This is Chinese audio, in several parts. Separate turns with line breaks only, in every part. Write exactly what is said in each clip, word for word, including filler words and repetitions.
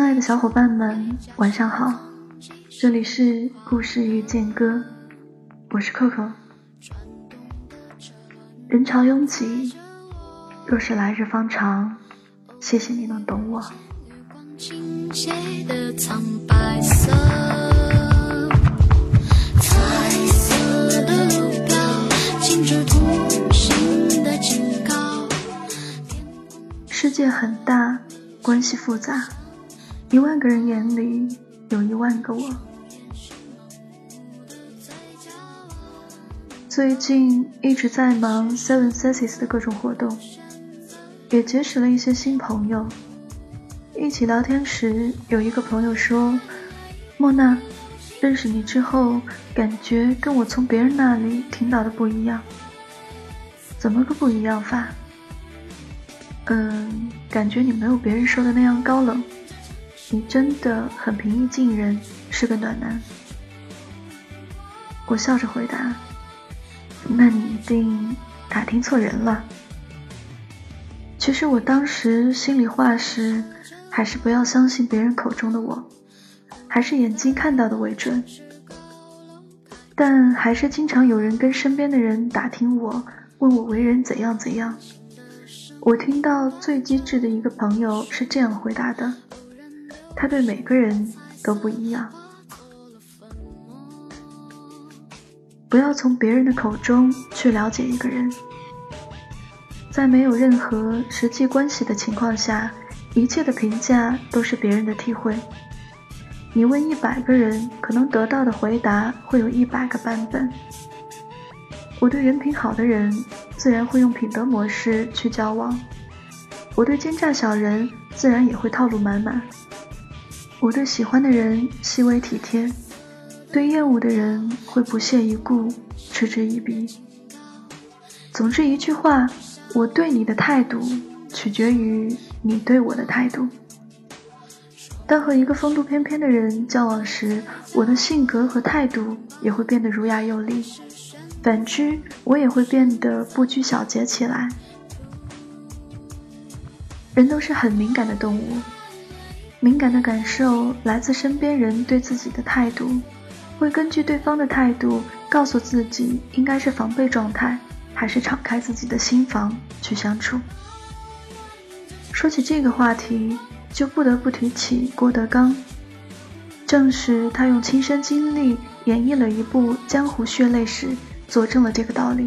爱的小伙伴们，晚上好，这里是故事遇见歌，我是 Coco。 人潮拥挤，若是来日方长，谢谢你能懂我。
倾斜的苍白色，彩色的路标，清楚同行的警告。
世界很大，关系复杂，一万个人眼里有一万个我。最近一直在忙 Seven Senses 的各种活动，也结识了一些新朋友。一起聊天时，有一个朋友说，莫娜，认识你之后，感觉跟我从别人那里听到的不一样。怎么个不一样法？嗯，感觉你没有别人说的那样高冷，你真的很平易近人，是个暖男。我笑着回答，那你一定打听错人了。其实我当时心里话是，还是不要相信别人口中的我，还是眼睛看到的为准。但还是经常有人跟身边的人打听我，问我为人怎样怎样。我听到最机智的一个朋友是这样回答的，他对每个人都不一样。不要从别人的口中去了解一个人，在没有任何实际关系的情况下，一切的评价都是别人的体会。你问一百个人，可能得到的回答会有一百个版本。我对人品好的人，自然会用品德模式去交往；我对奸诈小人，自然也会套路满满。我对喜欢的人细微体贴，对厌恶的人会不屑一顾，嗤之以鼻。总之一句话，我对你的态度取决于你对我的态度。当和一个风度翩翩的人交往时，我的性格和态度也会变得儒雅有礼，反之我也会变得不拘小节起来。人都是很敏感的动物，敏感的感受来自身边人对自己的态度，会根据对方的态度告诉自己应该是防备状态，还是敞开自己的心房去相处。说起这个话题，就不得不提起郭德纲，正是他用亲身经历演绎了一部江湖血泪史，佐证了这个道理。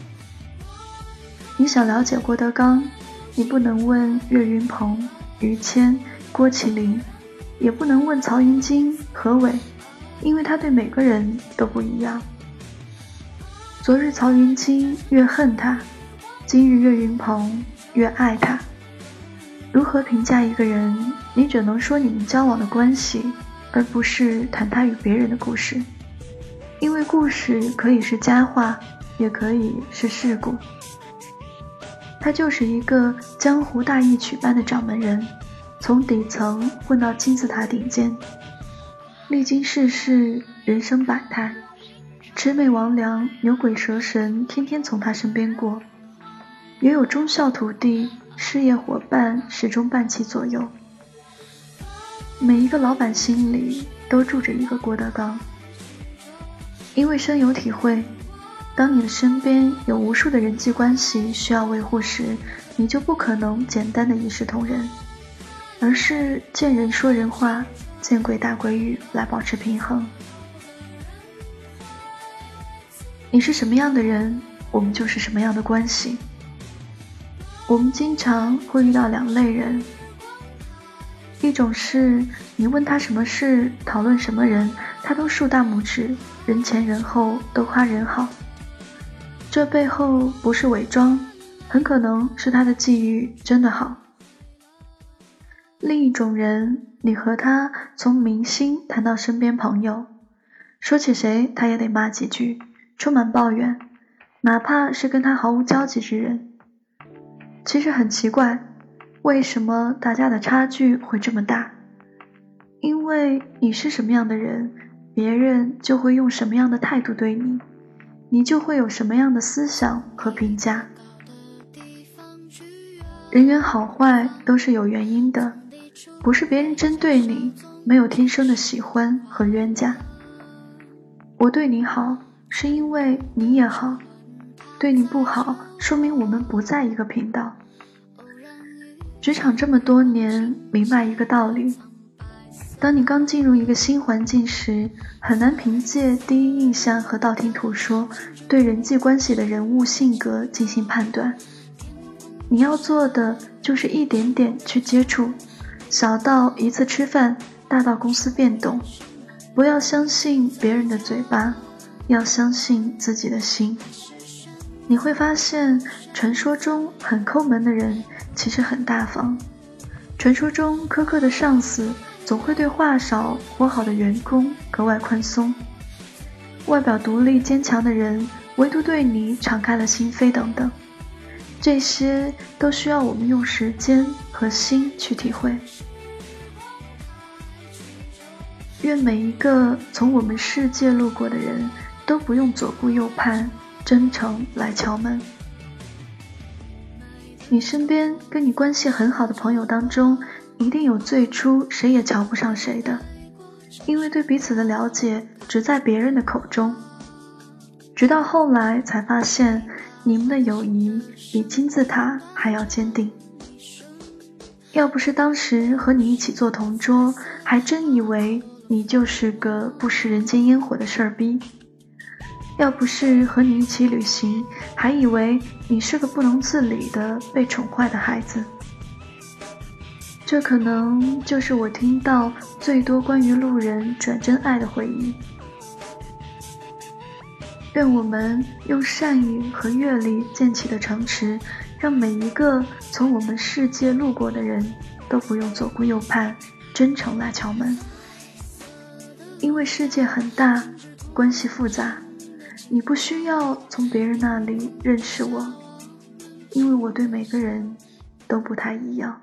你想了解郭德纲，你不能问岳云鹏、于谦、郭麒麟，也不能问曹云金、何伟，因为他对每个人都不一样。昨日曹云金越恨他，今日岳云鹏越爱他。如何评价一个人，你只能说你们交往的关系，而不是谈他与别人的故事。因为故事可以是佳话，也可以是事故。他就是一个江湖大义曲般的掌门人，从底层混到金字塔顶尖，历经世事，人生百态，魑魅魍魉、牛鬼蛇神天天从他身边过，也有忠孝徒弟、事业伙伴始终伴其左右。每一个老板心里都住着一个郭德纲。因为深有体会，当你的身边有无数的人际关系需要维护时，你就不可能简单的一视同仁，而是见人说人话，见鬼打鬼语来保持平衡。你是什么样的人，我们就是什么样的关系。我们经常会遇到两类人，一种是你问他什么事，讨论什么人，他都竖大拇指，人前人后都夸人好。这背后不是伪装，很可能是他的际遇真的好。另一种人，你和他从明星谈到身边朋友，说起谁他也得骂几句，充满抱怨，哪怕是跟他毫无交集之人。其实很奇怪，为什么大家的差距会这么大？因为你是什么样的人，别人就会用什么样的态度对你，你就会有什么样的思想和评价。人缘好坏都是有原因的， 不是别人针对你，没有天生的喜欢和冤家。我对你好，是因为你也好，对你不好，说明我们不在一个频道。职场这么多年，明白一个道理，当你刚进入一个新环境时，很难凭借第一印象和道听途说对人际关系的人物性格进行判断。你要做的就是一点点去接触，小到一次吃饭，大到公司变动。不要相信别人的嘴巴，要相信自己的心。你会发现，传说中很抠门的人其实很大方，传说中苛刻的上司总会对话少活好的员工格外宽松，外表独立坚强的人唯独对你敞开了心扉等等，这些都需要我们用时间和心去体会。愿每一个从我们世界路过的人都不用左顾右盼，真诚来敲门。你身边跟你关系很好的朋友当中，一定有最初谁也瞧不上谁的，因为对彼此的了解只在别人的口中，直到后来才发现你们的友谊比金字塔还要坚定。要不是当时和你一起做同桌，还真以为你就是个不食人间烟火的事儿逼；要不是和你一起旅行，还以为你是个不能自理的被宠坏的孩子。这可能就是我听到最多关于路人转真爱的回忆。愿我们用善意和阅历建起的城池，让每一个从我们世界路过的人都不用左顾右盼，真诚来敲门。因为世界很大，关系复杂，你不需要从别人那里认识我，因为我对每个人都不太一样。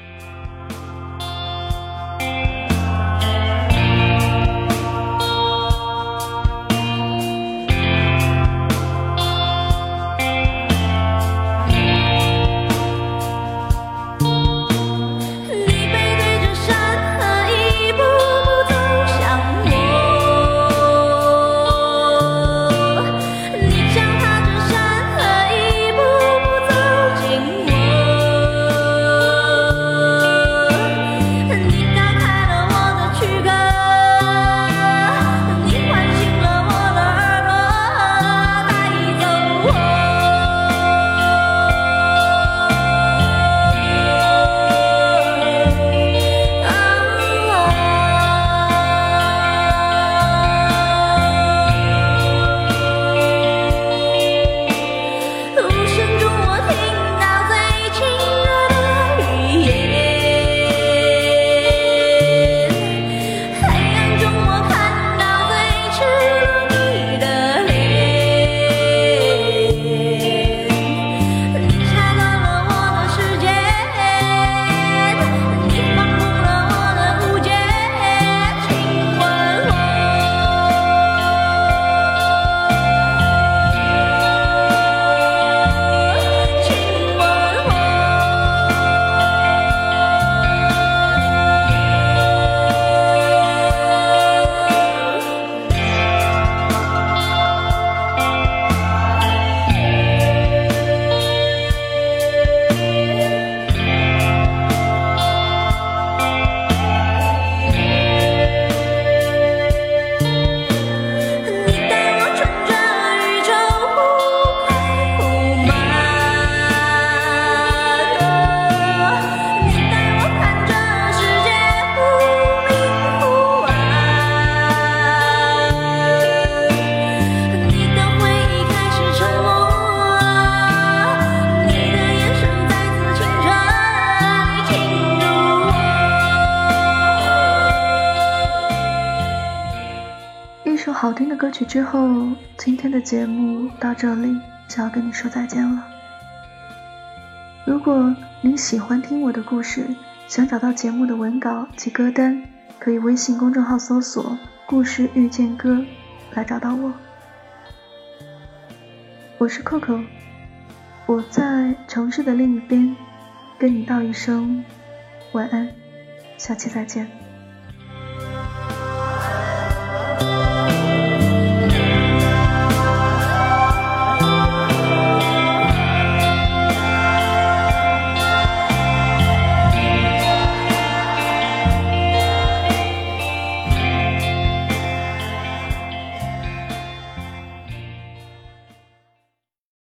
好听的歌曲之后，今天的节目到这里就要跟你说再见了。如果您喜欢听我的故事，想找到节目的文稿及歌单，可以微信公众号搜索故事遇见歌来找到我。我是 Coco， 我在城市的另一边跟你道一声晚安。 下期再见。